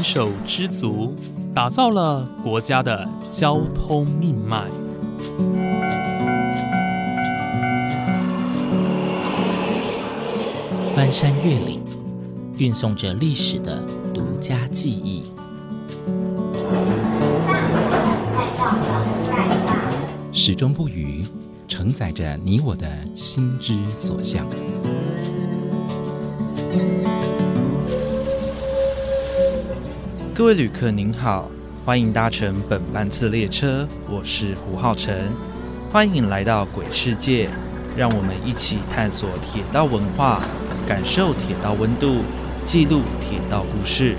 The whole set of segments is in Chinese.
手知足，打造了国家的交通命脉。 翻山越岭，运送着历史的独家记忆。始终不渝，承载着你我的心之所向。 各位旅客您好，欢迎搭乘本班次列车，我是胡浩辰，欢迎来到鬼世界，让我们一起探索铁道文化，感受铁道温度，记录铁道故事。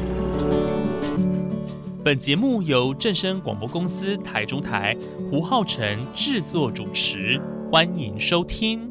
本节目由正声广播公司台中台胡浩辰制作主持，欢迎收听。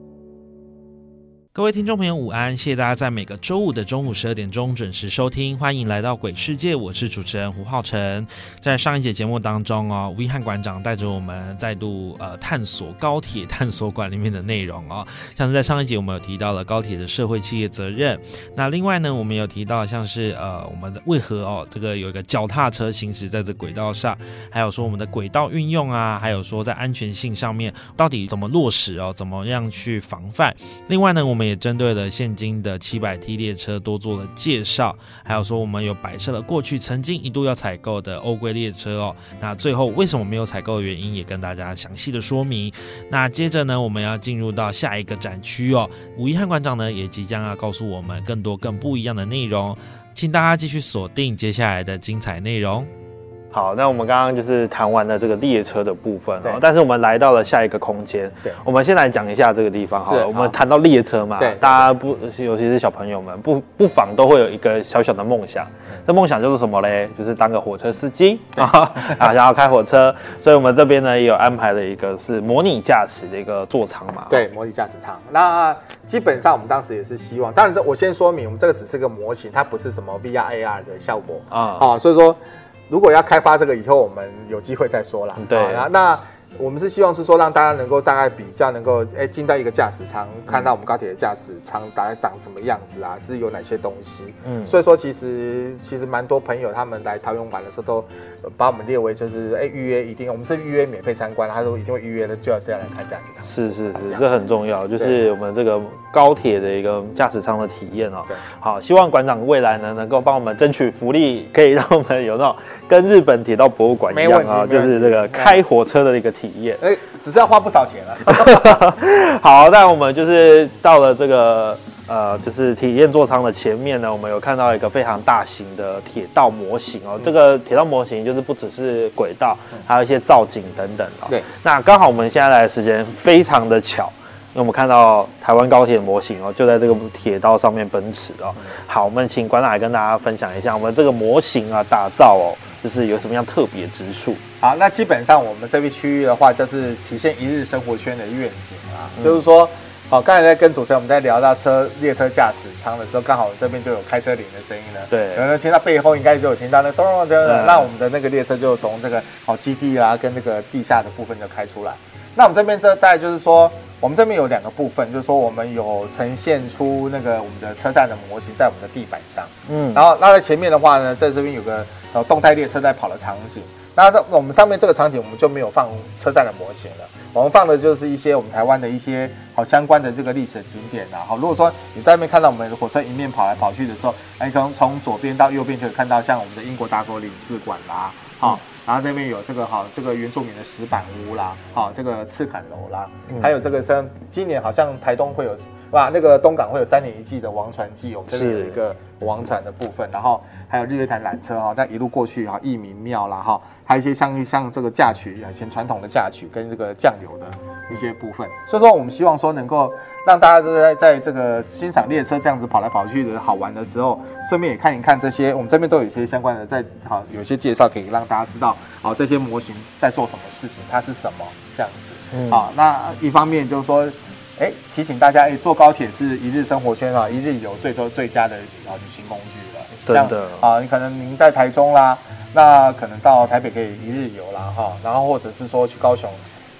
各位听众朋友午安，谢谢大家在每个周五的中午12点钟准时收听，欢迎来到鬼世界，我是主持人胡浩辰。在上一节节目当中吴一汉馆长带着我们再度探索高铁探索馆里面的内容像是在上一节我们有提到了高铁的社会企业责任，那另外呢我们有提到像是我们为何这个有一个脚踏车行驶在这轨道上，还有说我们的轨道运用还有说在安全性上面到底怎么落实怎么样去防范。另外呢我们也针对了现今的700T 列车多做了介绍，还有说我们有摆设了过去曾经一度要采购的欧规列车那最后为什么没有采购的原因也跟大家详细的说明。那接着呢我们要进入到下一个展区吴一汉馆长呢也即将要告诉我们更多更不一样的内容，请大家继续锁定接下来的精彩内容。好，那我们刚刚就是谈完了这个列车的部分但是我们来到了下一个空间。对，我们先来讲一下这个地方好了。我们谈到列车嘛，大家尤其是小朋友们不妨都会有一个小小的梦想。这梦想就是什么嘞？就是当个火车司机想要开火车。所以我们这边呢也有安排了一个是模拟驾驶的一个座舱嘛。 对，模拟驾驶舱。那基本上我们当时也是希望，当然我先说明，我们这个只是个模型，它不是什么 VR、AR 的效果所以说。如果要开发这个以后，我们有机会再说啦。 对， 那我们是希望是说让大家能够大概比较能够进到一个驾驶舱，看到我们高铁的驾驶舱大概长什么样子是有哪些东西。所以说其实蛮多朋友他们来桃园玩的时候都把我们列为就是预约一定，我们是预约免费参观，他都一定会预约的，就要来看驾驶舱。 是，这很重要，就是我们这个高铁的一个驾驶舱的体验好，希望馆长未来呢能够帮我们争取福利，可以让我们有那种跟日本铁道博物馆一样就是这个开火车的一个体验。 只是要花不少钱了。 好，那我们就是到了这个就是体验座舱的前面呢，我们有看到一个非常大型的铁道模型这个铁道模型就是不只是轨道，还有一些造景等等对， 那刚好我们现在来的时间非常的巧，因为我们看到台湾高铁模型就在这个铁道上面奔驰好，我们请馆长来跟大家分享一下我们这个模型打造就是有什么样特别之处。 好，那基本上我们这边区域的话，就是体现一日生活圈的愿景就是说，刚才在跟主持人我们在聊到列车驾驶舱的时候，刚好这边就有开车铃的声音了。对，有人听到背后应该就有听到那咚咚的，那我们的那个列车就从这个基地跟这个地下的部分就开出来。那我们这边大概就是说，我们这边有2个部分，就是说我们有呈现出那个我们的车站的模型在我们的地板上，然后那在前面的话呢，在这边有个动态列车在跑的场景。那我们上面这个场景我们就没有放车站的模型了，我们放的就是一些我们台湾的一些相关的这个历史景点如果说你在那边看到我们的火车迎面跑来跑去的时候，你可能从左边到右边就可以看到像我们的英国大国领事馆啦，然后那边有这个原住民的石板屋啦，这个赤坎楼啦，还有这个像今年好像台东会有那个东港会有3年1季的王船季，我们这边有一个王船的部分，然后还有日月潭缆车但一路过去义民庙啦还有一些像这个嫁娶以前传统的嫁娶跟这个酱油的一些部分。所以说我们希望说能够让大家都在这个欣赏列车这样子跑来跑去的好玩的时候，顺便也看一看这些我们这边都有一些相关的有一些介绍可以让大家知道这些模型在做什么事情，它是什么这样子。那一方面就是说提醒大家坐高铁是一日生活圈一日游最佳的旅行工具了。 真的你可能您在台中啦，那可能到台北可以一日游啦然后或者是说去高雄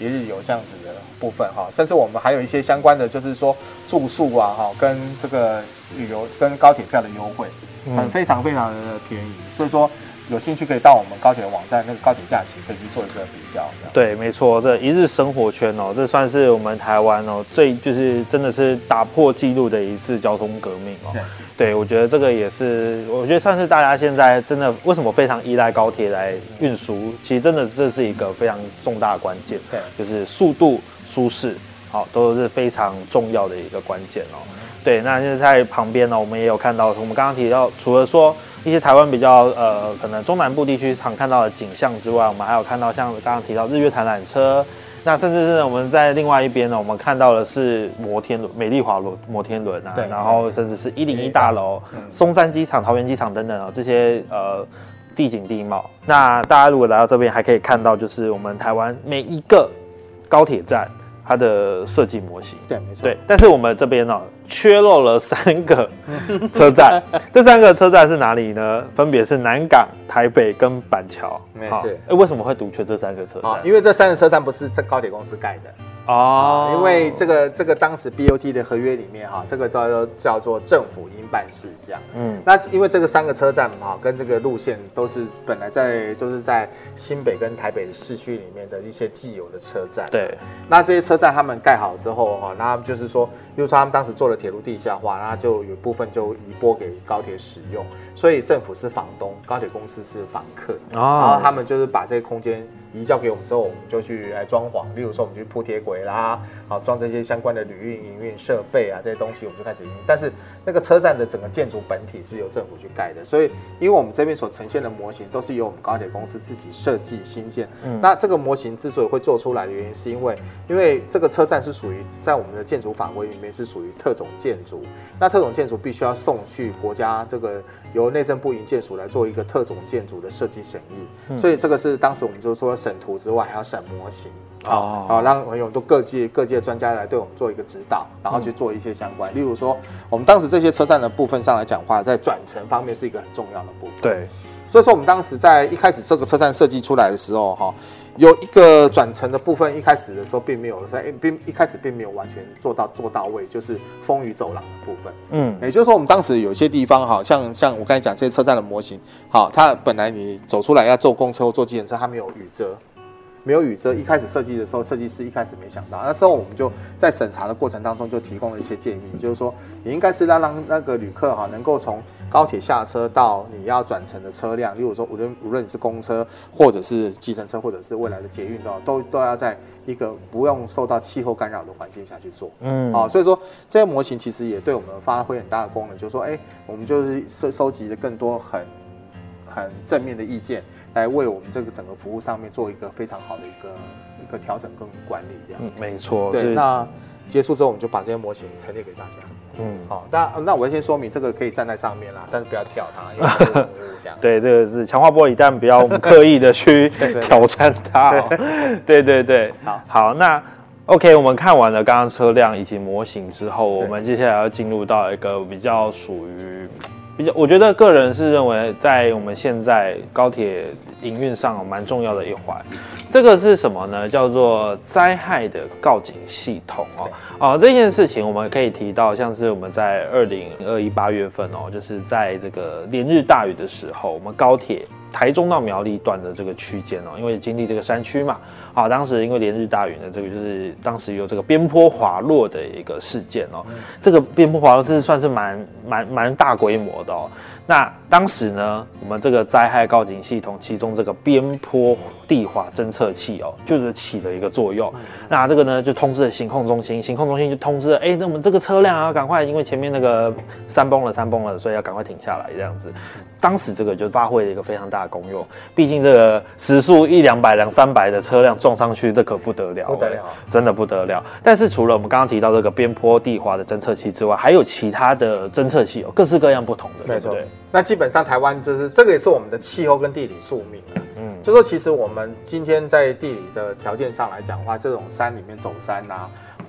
一日游这样子的部分哈，甚至我们还有一些相关的，就是说住宿啊哈，跟这个旅游跟高铁票的优惠，非常非常的便宜，所以说有兴趣可以到我们高铁的网站那个高铁假期可以去做一个比较。 对，没错，这一日生活圈哦，这算是我们台湾哦就是真的是打破纪录的一次交通革命哦。对，我觉得这个也是，我觉得算是大家现在真的为什么非常依赖高铁来运输，其实真的这是一个非常重大的关键。对，就是速度、舒适，好，都是非常重要的一个关键哦。对，那现在在旁边呢，我们也有看到，我们刚刚提到，除了说一些台湾比较可能中南部地区常看到的景象之外，我们还有看到像刚刚提到日月潭缆车，那甚至是我们在另外一边呢，我们看到的是摩天轮、美丽华摩天轮啊，然后甚至是101大楼、松山机场、桃园机场等等啊这些地景地貌。那大家如果来到这边，还可以看到就是我们台湾每一个高铁站它的设计模型。 对，没错。 对，但是我们这边呢，缺漏了3个车站。这3个车站是哪里呢？分别是南港、台北跟板桥。 没事。 为什么会独缺这3个车站？ 因为这3个车站不是高铁公司盖的。因为这个当时 BOT 的合约里面哈，这个叫做政府应办事项。那因为这个3个车站哈，跟这个路线都是本来都是在新北跟台北的市区里面的一些既有的车站。对。那这些车站他们盖好之后哈，那就是说，比如说他们当时做了铁路地下化，那就有部分就移拨给高铁使用，所以政府是房东，高铁公司是房客。然后他们就是把这个空间移交给我们之后，我们就去来装潢，例如说我们去铺铁轨啦，好装这些相关的旅运营运设备啊，这些东西我们就开始营运。但是那个车站的整个建筑本体是由政府去盖的，所以因为我们这边所呈现的模型都是由我们高铁公司自己设计新建。那这个模型之所以会做出来的原因，是因为这个车站是属于在我们的建筑法规里面是属于特种建筑，那特种建筑必须要送去国家这个由内政部营建署来做一个特种建筑的设计审议，所以这个是当时我们就说审图之外还要审模型，让很多各界专家来对我们做一个指导，然后去做一些相关。例如说，我们当时这些车站的部分上来讲话，在转乘方面是一个很重要的部分。对，所以说我们当时在一开始这个车站设计出来的时候，有一个转乘的部分，一开始的时候并没有完全做到位，就是风雨走廊的部分。也就是说我们当时有些地方像我刚才讲这些车站的模型，它本来你走出来要坐公车或坐计程车，它没有雨遮。一开始设计的时候，设计师一开始没想到，那之后我们就在审查的过程当中就提供了一些建议，就是说你应该是让那个旅客能够从高铁下车到你要转乘的车辆，例如说无论你是公车或者是计程车或者是未来的捷运都要在一个不用受到气候干扰的环境下去做。所以说这些模型其实也对我们发挥很大的功能，就是说我们就是收集了更多很正面的意见，来为我们这个整个服务上面做一个非常好的一个调整跟管理这样子。没错。对，那结束之后我们就把这些模型陈列给大家。好，那我先说明，这个可以站在上面啦，但是不要跳它，因为这个这样。对，这个是强化玻璃，但不要我们刻意的去挑战它。对。好，那 OK， 我们看完了刚刚车辆以及模型之后，我们接下来要进入到一个比较属于。我觉得个人是认为，在我们现在高铁营运上蛮重要的一环。这个是什么呢？叫做灾害的告警系统这件事情我们可以提到，像是我们在2021 8月份就是在这个连日大雨的时候，我们高铁台中到苗栗段的这个区间因为经历这个山区嘛，当时因为连日大雨呢，这个就是当时有这个边坡滑落的一个事件这个边坡滑落是算是蛮大规模的那当时呢，我们这个灾害告警系统，其中这个边坡地滑侦测器就是起了一个作用。那这个呢，就通知了行控中心就通知了，我们这个车辆要赶快，因为前面那个山崩了，所以要赶快停下来这样子。当时这个就发挥了一个非常大的功用，毕竟这个时速100、200、200、300的车辆撞上去，这可不得了，真的不得了。但是除了我们刚刚提到这个边坡地滑的侦测器之外，还有其他的侦测器各式各样不同的，对不对？那基本上台湾就是这个也是我们的气候跟地理宿命就说其实我们今天在地理的条件上来讲的话，这种山里面走山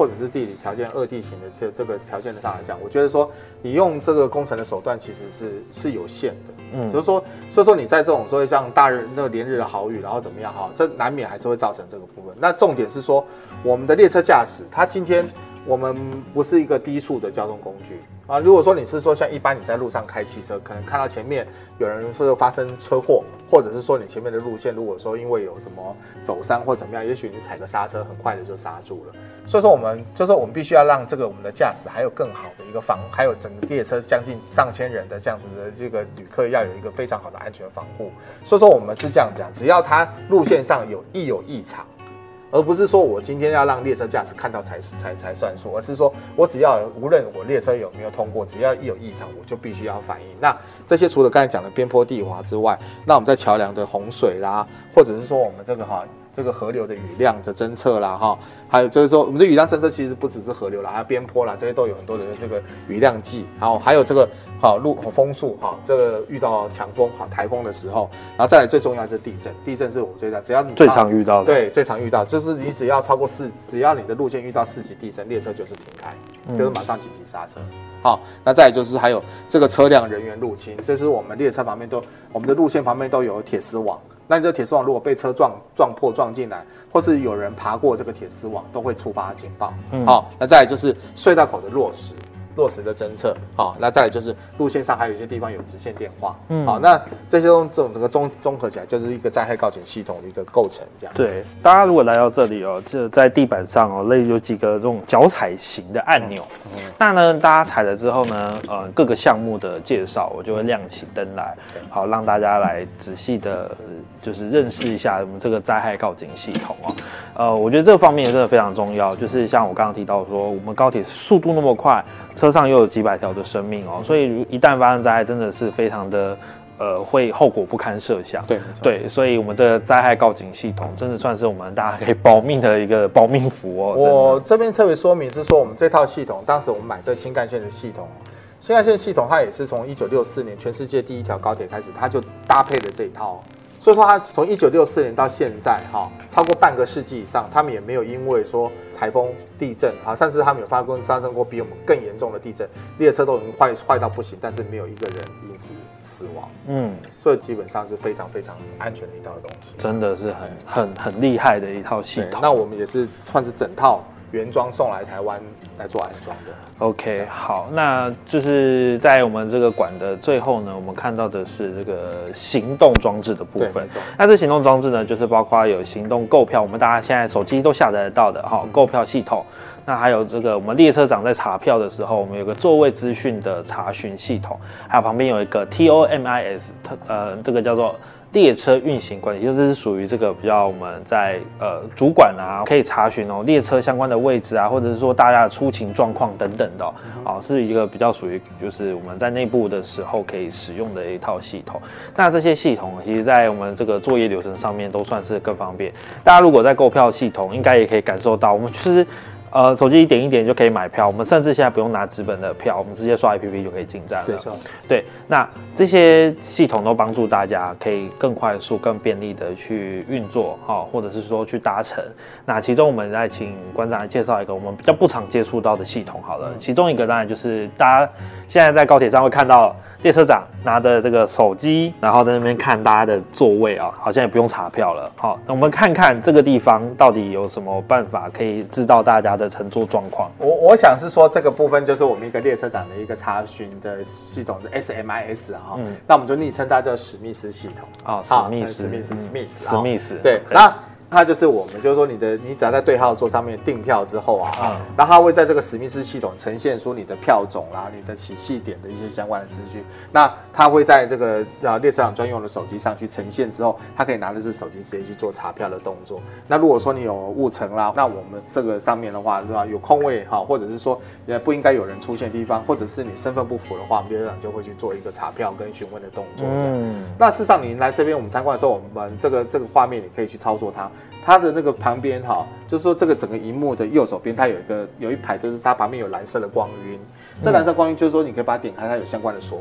或者是地理条件恶地形的这个条件上来讲，我觉得说你用这个工程的手段其实是有限的，所以说你在这种所谓像那个连日的豪雨，然后怎么样哈，这难免还是会造成这个部分。那重点是说我们的列车驾驶，它今天我们不是一个低速的交通工具啊。如果说你是说像一般你在路上开汽车，可能看到前面有人说发生车祸，或者是说你前面的路线如果说因为有什么走山或怎么样，也许你踩个刹车很快的就刹住了。所以说我们必须要让这个我们的驾驶还有更好的一个还有整个列车将近上千人的这样子的这个旅客要有一个非常好的安全防护。所以说我们是这样讲，只要它路线上有异常，而不是说我今天要让列车驾驶看到才算数，而是说我只要无论我列车有没有通过，只要一有异常，我就必须要反应。那这些除了刚才讲的边坡地滑之外，那我们在桥梁的洪水啦，或者是说我们这个河流的雨量的侦测啦，还有就是说我们的雨量侦测其实不只是河流啦，还有边坡啦，这些都有很多的这个雨量计，然后还有这个风速这个遇到强风台风的时候，然后再来最重要的是地震，地震是我觉得只要你最常遇到的， 对，最常遇到就是你只要超过只要你的路线遇到4级地震，列车就是停开，就是马上紧急刹车。好，那再来就是还有这个车辆人员入侵，就是我们列车旁边我们的路线旁边都有铁丝网。那你这铁丝网如果被车撞破撞进来，或是有人爬过这个铁丝网，都会触发警报。好，那再来就是隧道口的落实的侦测。好，那再来就是路线上还有一些地方有直线电话。好，那这些整个综合起来就是一个灾害告警系统的一个构成这样子。 对，大家如果来到这里就在地板上类有几个这种脚踩型的按钮。那呢，大家踩了之后呢，各个项目的介绍我就会亮起灯来，好让大家来仔细的，就是认识一下我们这个灾害告警系统我觉得这个方面真的非常重要，就是像我刚刚提到说，我们高铁速度那么快，车上又有几百条的生命所以一旦发生灾害，真的是非常的会后果不堪设想。对，所以我们这个灾害告警系统真的算是我们大家可以保命的一个保命符我这边特别说明是说，我们这套系统，当时我们买这新干线的系统，新干线系统它也是从1964年全世界第一条高铁开始，它就搭配了这一套。所以说，它从1964年到现在，超过半个世纪以上，他们也没有因为说台风、地震甚至他们有发生过比我们更严重的地震，列车都已经坏到不行，但是没有一个人因此死亡。所以基本上是非常非常安全的一套东西， 真的是很厉害的一套系统。 那我们也是算是整套原装送来台湾来做安装的。 OK， 好，那就是在我们这个馆的最后呢，我们看到的是这个行动装置的部分。那这行动装置呢，就是包括有行动购票，我们大家现在手机都下载得到的购票系统。那还有这个我们列车长在查票的时候，我们有个座位资讯的查询系统，还有旁边有一个 TOMIS， 这个叫做列车运行管理，就是属于这个比较我们在主管可以查询列车相关的位置或者是说大家的出勤状况等等的是一个比较属于就是我们在内部的时候可以使用的一套系统。那这些系统其实在我们这个作业流程上面都算是更方便。大家如果在购票系统，应该也可以感受到，我们就是手机一点一点就可以买票，我们甚至现在不用拿纸本的票，我们直接刷 APP 就可以进站了。对，那这些系统都帮助大家可以更快速、更便利的去运作，或者是说去达成。那其中我们再请馆长来介绍一个我们比较不常接触到的系统好了。其中一个当然就是大家现在在高铁上会看到列车长拿着这个手机，然后在那边看大家的座位好像也不用查票了。好，那我们看看这个地方到底有什么办法可以知道大家的乘坐状况。 我想是说这个部分就是我们一个列车长的一个查询的系统是 SMIS 那我们就昵称它叫史密斯系统史密斯对，那它就是我们就是说你只要在对号座上面订票之后然后它会在这个史密斯系统呈现出你的票种啦、你的起讫点的一些相关的资讯。那它会在这个列车长专用的手机上去呈现之后，它可以拿着这手机直接去做查票的动作。那如果说你有误乘啦，那我们这个上面的话，有空位或者是说不应该有人出现的地方，或者是你身份不符的话，我们列车长就会去做一个查票跟询问的动作。那事实上你来这边我们参观的时候，我们这个画面你可以去操作它的那个旁边就是说这个整个萤幕的右手边，它有一排，就是它旁边有蓝色的光晕。这蓝色光晕就是说你可以把它点开，它有相关的说明。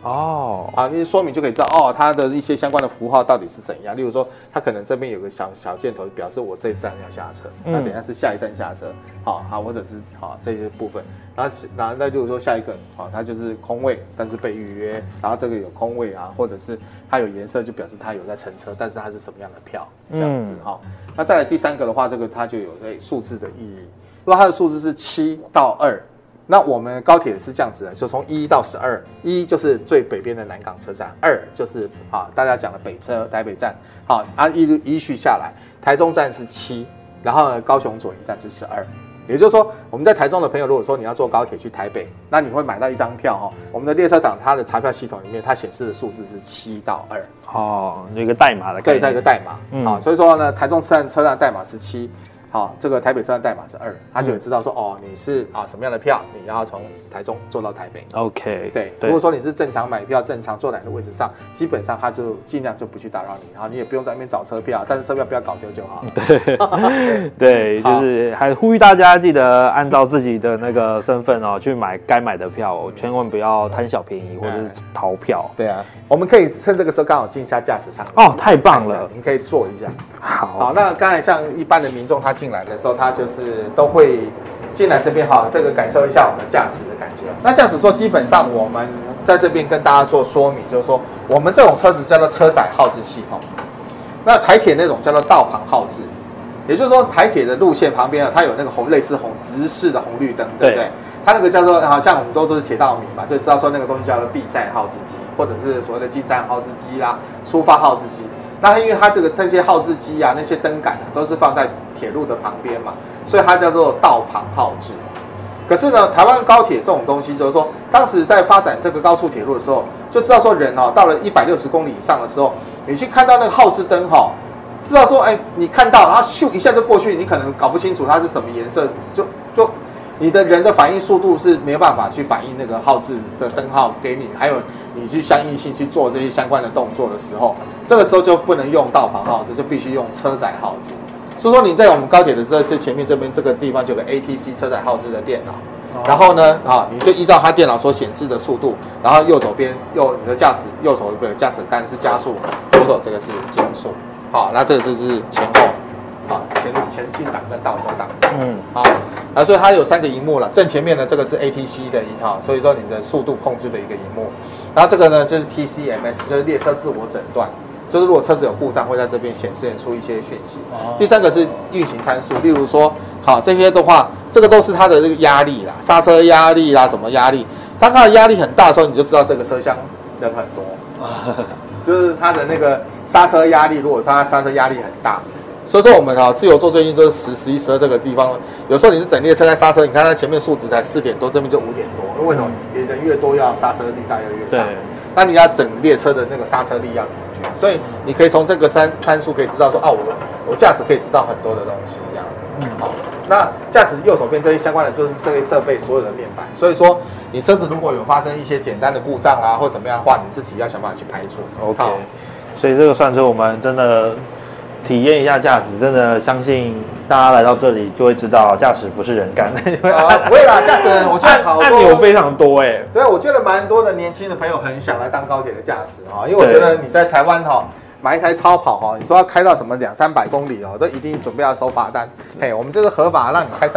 哦， 啊，你说明就可以知道哦，它的一些相关的符号到底是怎样。例如说，它可能这边有个小箭头，表示我这一站要下车，那等一下是下一站下车，好，或者是这些部分。然后那例如说下一个，它就是空位，但是被预约，然后这个有空位啊，或者是它有颜色，就表示它有在乘车，但是它是什么样的票这样子哈。那再来第3个的话，这个它就有数字的意义。如果它的数字是7到2。那我们高铁是这样子的，就从1到12，1就是最北边的南港车站，2就是大家讲的北车台北站，依序下来，台中站是7，然后呢高雄左营站是12。也就是说，我们在台中的朋友，如果说你要坐高铁去台北，那你会买到一张票我们的列车长它的查票系统里面，它显示的数字是7到2。 哦，有一个代码的概念， 对，一个代码。所以说呢，台中车站代码是7。这个台北车站代码是2，他就会知道说你是什么样的票，你要从台中坐到台北。 OK， 对。如果说你是正常买票、正常坐哪个位置上，基本上他就尽量就不去打扰你，然后你也不用在那边找车票，但是车票不要搞丢就好。 对，就是还呼吁大家记得按照自己的那个身份去买该买的票，千万不要贪小便宜或者是逃票。 对啊，我们可以趁这个时候刚好进一下驾驶舱。 太棒了， 您可以坐一下。 好， 那刚才像一般的民众他进来的时候，他就是都会进来这边这个感受一下我们驾驶的感觉。那驾驶座基本上我们在这边跟大家做说明，就是说我们这种车子叫做车载号志系统，那台铁那种叫做道旁号志，也就是说台铁的路线旁边它有那个类似直视的红绿灯，对不对？它那个叫做像我们都是铁道迷嘛，就知道说那个东西叫做闭塞号志机，或者是所谓的进站号志机啦、出发号志机。那因为它这些号志机那些灯杆都是放在铁路的旁边嘛，所以它叫做道旁号志。可是呢，台湾高铁这种东西，就是说，当时在发展这个高速铁路的时候，就知道说人到了160公里以上的时候，你去看到那个号志灯知道说，你看到，然后咻一下就过去，你可能搞不清楚它是什么颜色，就你的人的反应速度是没有办法去反映那个号志的灯号给你，还有你去相应性去做这些相关的动作的时候，这个时候就不能用道旁号志，就必须用车载号志。所以说你在我们高铁的这前面这边这个地方就有个 ATC 车载号志的电脑，然后呢你就依照它电脑所显示的速度，然后右手边你的驾驶右手的驾驶杆是加速，左手这个是减速，那这个是前后。前进档跟倒车档这样子，所以它有3个萤幕了。正前面呢，这个是 ATC 的所以说你的速度控制的一个萤幕。然后这个呢就是 TCMS， 就是列车自我诊断，就是如果车子有故障，会在这边显示出一些讯息。第3个是运行参数，例如说，这些的话，这个都是它的这个压力啦，刹车压力啦，什么压力。当它的压力很大的时候，你就知道这个车厢人很多，就是它的那个刹车压力，如果它刹车压力很大。所以说我们自由座最近就是10、11、12这个地方，有时候你是整列车在刹车，你看它前面数值才4点多，这边就5点多，为什么？人越多要刹车力道要越大，那你要整列车的那个刹车力要平均，所以你可以从这个参数可以知道说我驾驶可以知道很多的东西这样子。那驾驶右手边这些相关的就是这些设备所有的面板，所以说你车子如果有发生一些简单的故障或者怎么样的话，你自己要想办法去排除。 OK， 所以这个算是我们真的体验一下驾驶，真的相信大家来到这里就会知道驾驶不是人干。 不会啦，驾驶我觉得按钮非常多对，我觉得蛮多的年轻的朋友很想来当高铁的驾驶因为我觉得你在台湾买一台超跑你说要开到什么200、300公里都一定准备要收罚单。我们这个合法让你开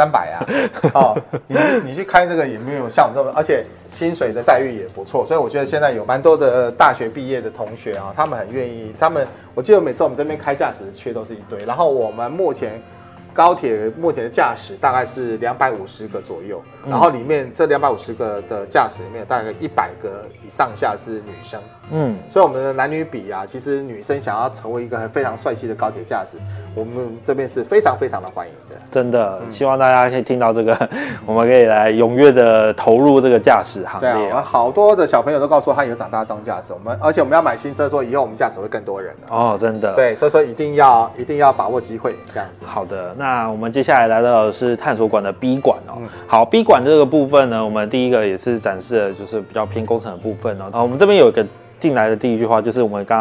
300你去开这个也没有像我们这么，而且薪水的待遇也不错，所以我觉得现在有蛮多的大学毕业的同学他们很愿意，我记得每次我们这边开驾驶的缺都是一堆，然后我们高铁目前的驾驶大概是250个左右，然后里面这250个的驾驶里面大概100个以上下是女生，所以我们的男女比其实女生想要成为一个非常帅气的高铁驾驶，我们这边是非常非常的欢迎的。 真的，希望大家可以听到这个，我们可以来踊跃的投入这个驾驶行列。 对好多的小朋友都告诉我他以后长大当驾驶，而且我们要买新车，说以后我们驾驶会更多人真的。 对，所以说一定要把握机会，这样子。 好的，那我们接下来来到的是探索馆的 B 馆好 ，B 馆这个部分呢，我们第一个也是展示的就是比较偏工程的部分我们这边有一个进来的第一句话就是我们刚刚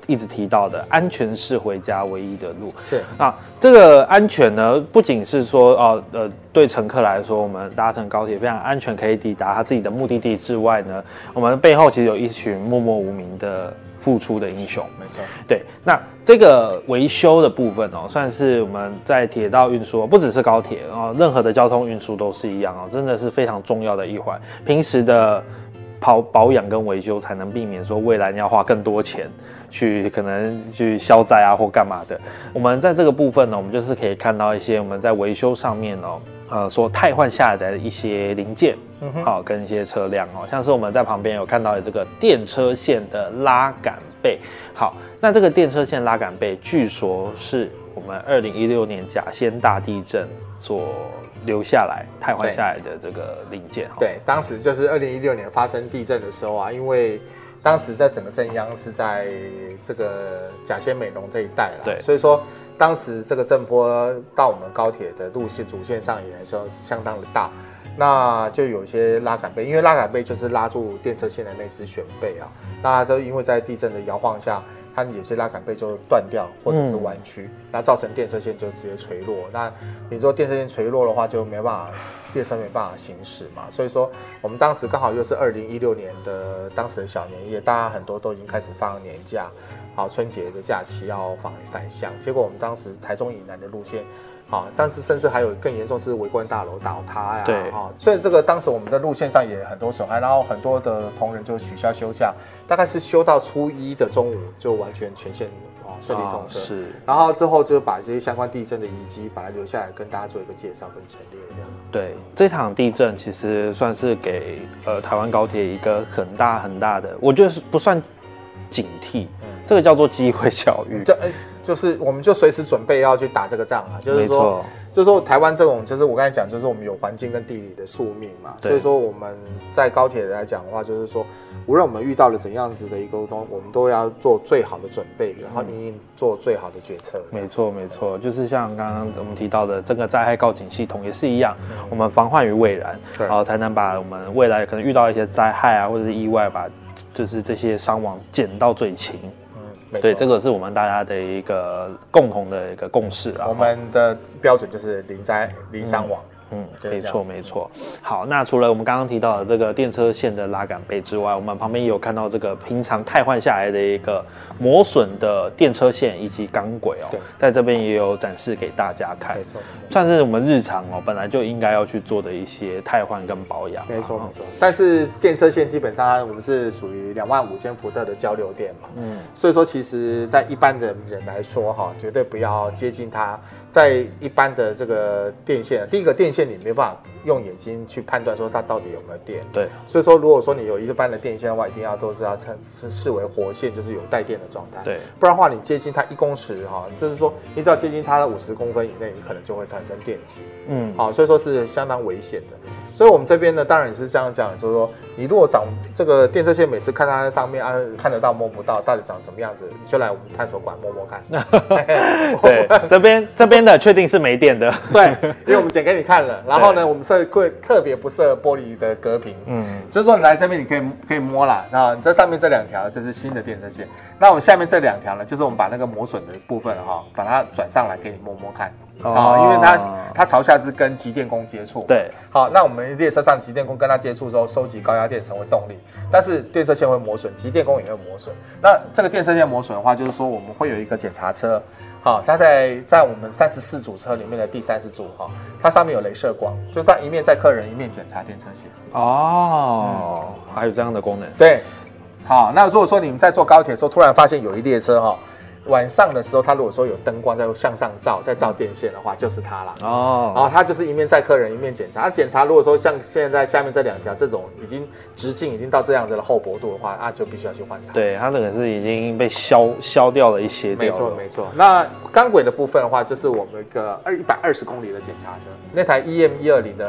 一直提到的，安全是回家唯一的路。 是啊，这个安全呢，不仅是说对乘客来说，我们搭乘高铁非常安全，可以抵达他自己的目的地之外呢，我们背后其实有一群默默无名的付出的英雄。 没错， 对，那这个维修的部分算是我们在铁道运输，不只是高铁任何的交通运输都是一样真的是非常重要的一环。平时的保养跟维修，才能避免说未来你要花更多钱可能去消灾啊或干嘛的。我们在这个部分呢，我们就是可以看到一些我们在维修上面所汰换下来的一些零件，跟一些车辆像是我们在旁边有看到的这个电车线的拉杆背。好，那这个电车线拉杆背，据说是我们2016年甲仙大地震所留下来、汰换下来的这个零件。 对，当时就是2016年发生地震的时候啊，因为当时在整个震央是在这个甲仙美浓这一带啦， 对， 所以说当时这个震波到我们高铁的路线主线上也来说相当的大，那就有一些拉杆背，因为拉杆背就是拉住电车线的那只悬背啊，那就因为在地震的摇晃下，它有些拉杆背就断掉或者是弯曲，那造成电车线就直接垂落。那你说电车线垂落的话，就没办法，列车没办法行驶嘛。所以说我们当时刚好又是2016年的当时的小年夜，大家很多都已经开始放年假，好春节的假期要返乡。结果我们当时台中以南的路线。好，但是甚至还有更严重是微观大楼倒塌呀， 对， 所以这个当时我们的路线上也很多损害，然后很多的同仁就取消休假，大概是休到初一的中午就完全全线顺利通车， 是， 然后之后就把这些相关地震的遗迹把它留下来跟大家做一个介绍跟陈列这样。 对，这场地震其实算是给台湾高铁一个很大很大的，我觉得是不算警惕，这个叫做机会教育。 就是我们就随时准备要去打这个仗啊，就是说台湾这种，就是我刚才讲，就是我们有环境跟地理的宿命嘛，所以说我们在高铁来讲的话，就是说无论我们遇到了怎样子的一个沟通，我们都要做最好的准备，然后做最好的决策。没错， 没错，就是像刚刚我们提到的这个灾害告警系统也是一样，我们防患于未然，然后才能把我们未来可能遇到一些灾害啊或者是意外，把就是这些伤亡减到最轻。对，这个是我们大家的一个共同的一个共识啊。 我们的标准就是零灾零伤亡。 没错没错。好，那除了我们刚刚提到的这个电车线的拉杆背之外，我们旁边也有看到这个平常汰换下来的一个磨损的电车线以及钢轨在这边也有展示给大家看。 没错， 算是我们日常本来就应该要去做的一些汰换跟保养。 没错没错。但是电车线基本上我们是属于25000伏特的交流电嘛，所以说其实在一般的人来说绝对不要接近它。在一般的这个电线，第一个电线你没办法用眼睛去判断说它到底有没有电， 对， 所以说如果说你有一般的电线的话，一定要都是要视为活线，就是有带电的状态， 对， 不然的话你接近它1公尺就是说你只要接近它的50公分以内，你可能就会产生电击，所以说是相当危险的。所以我们这边呢，当然也是这样讲，说你如果长这个电车线，每次看它在上面看得到摸不到，到底长什么样子，你就来我们探索馆摸摸看。 对，这边的确定是没电的。 对，因为我们剪给你看了，然后呢，我们会特别不设玻璃的隔屏，就是说你来这边你可以摸啦。那这上面这2条就是新的电车线，那我们下面这2条呢，就是我们把那个磨损的部分把它转上来给你摸摸看。因为它朝下是跟集电弓接触， 对， 好，那我们列车上集电弓跟它接触之后，收集高压电成为动力，但是电车线会磨损，集电弓也会磨损。那这个电车线磨损的话，就是说我们会有一个检查车，它在我们34组车里面的第30组，它上面有雷射光，就是它一面载客人，一面检查电车线。 还有这样的功能。 对，好，那如果说你们在坐高铁的时候，突然发现有一列车晚上的时候，它如果说有灯光在向上照，在照电线的话，就是它啦。然后它就是一面载客人，一面检查。检查如果说像现在下面这2条这种已经直径已经到这样子的厚薄度的话，就必须要去换它。 对，它这个是已经被削掉了一些掉了。 没错。那钢轨的部分的话，这是我们一个120公里的检查车，那台EM120的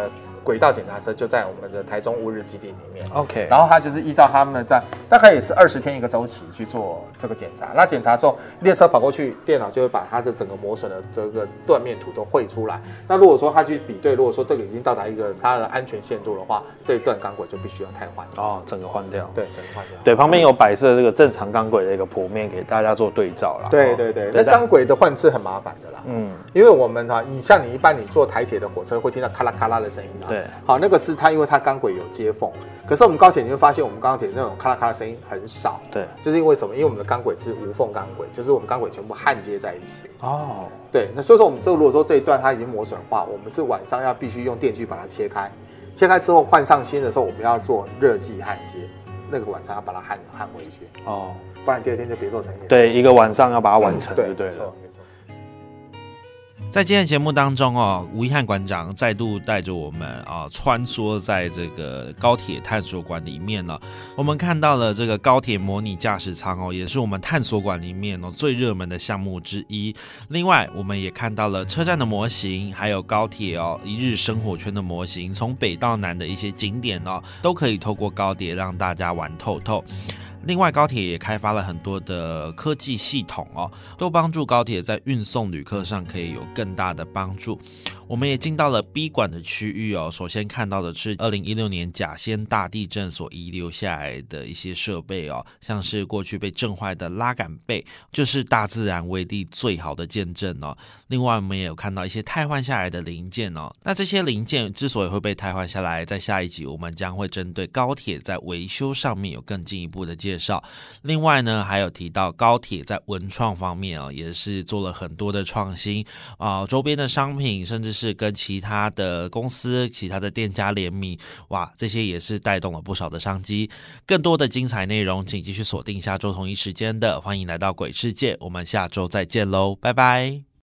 轨道检查车就在我们的台中乌日基地里面。 OK， 然后它就是依照他们在大概也是20天一个周期去做这个检查。那检查之后，列车跑过去，电脑就会把它的整个磨损的这个断面图都绘出来。那如果说它去比对，如果说这个已经到达一个它的安全限度的话，这一段钢轨就必须要汰换。 哦，整个换掉。 对，整个换掉。 对，旁边有摆设这个正常钢轨的一个剖面给大家做对照啦。 对对对，那钢轨的换是很麻烦的啦。因为我们你像你一般你坐台铁的火车会听到咔啦咔啦的声音啊。 对。 好，那个是它因为它钢轨有接缝，可是我们高铁你会发现我们高铁那种咔啦咔啦声音很少。 对。 就是因为什么？因为我们的钢轨是无缝钢轨，就是我们钢轨全部焊接在一起。 哦。 对，那所以说我们如果说这一段它已经磨损化，我们是晚上要必须用电锯把它切开，切开之后换上新的时候，我们要做热剂焊接，那个晚上要把它焊回去。哦。不然第二天就别做成业。 对，一个晚上要把它完成，对了。 没错。 在今天的节目当中吴一翰馆长再度带着我们穿梭在这个高铁探索馆里面了。我们看到了这个高铁模拟驾驶舱也是我们探索馆里面最热门的项目之一。另外，我们也看到了车站的模型，还有高铁一日生活圈的模型，从北到南的一些景点都可以透过高铁让大家玩透透。另外，高铁也开发了很多的科技系统都帮助高铁在运送旅客上可以有更大的帮助。我们也进到了 B 馆的区域首先看到的是2016年甲仙大地震所遗留下来的一些设备像是过去被震坏的拉杆背，就是大自然威力最好的见证另外，我们也有看到一些汰换下来的零件那这些零件之所以会被汰换下来，在下一集我们将会针对高铁在维修上面有更进一步的介绍。另外呢，还有提到高铁在文创方面也是做了很多的创新周边的商品，甚至是跟其他的公司、其他的店家联名，哇，这些也是带动了不少的商机。更多的精彩内容，请继续锁定下周同一时间的，欢迎来到鬼世界，我们下周再见喽，拜拜。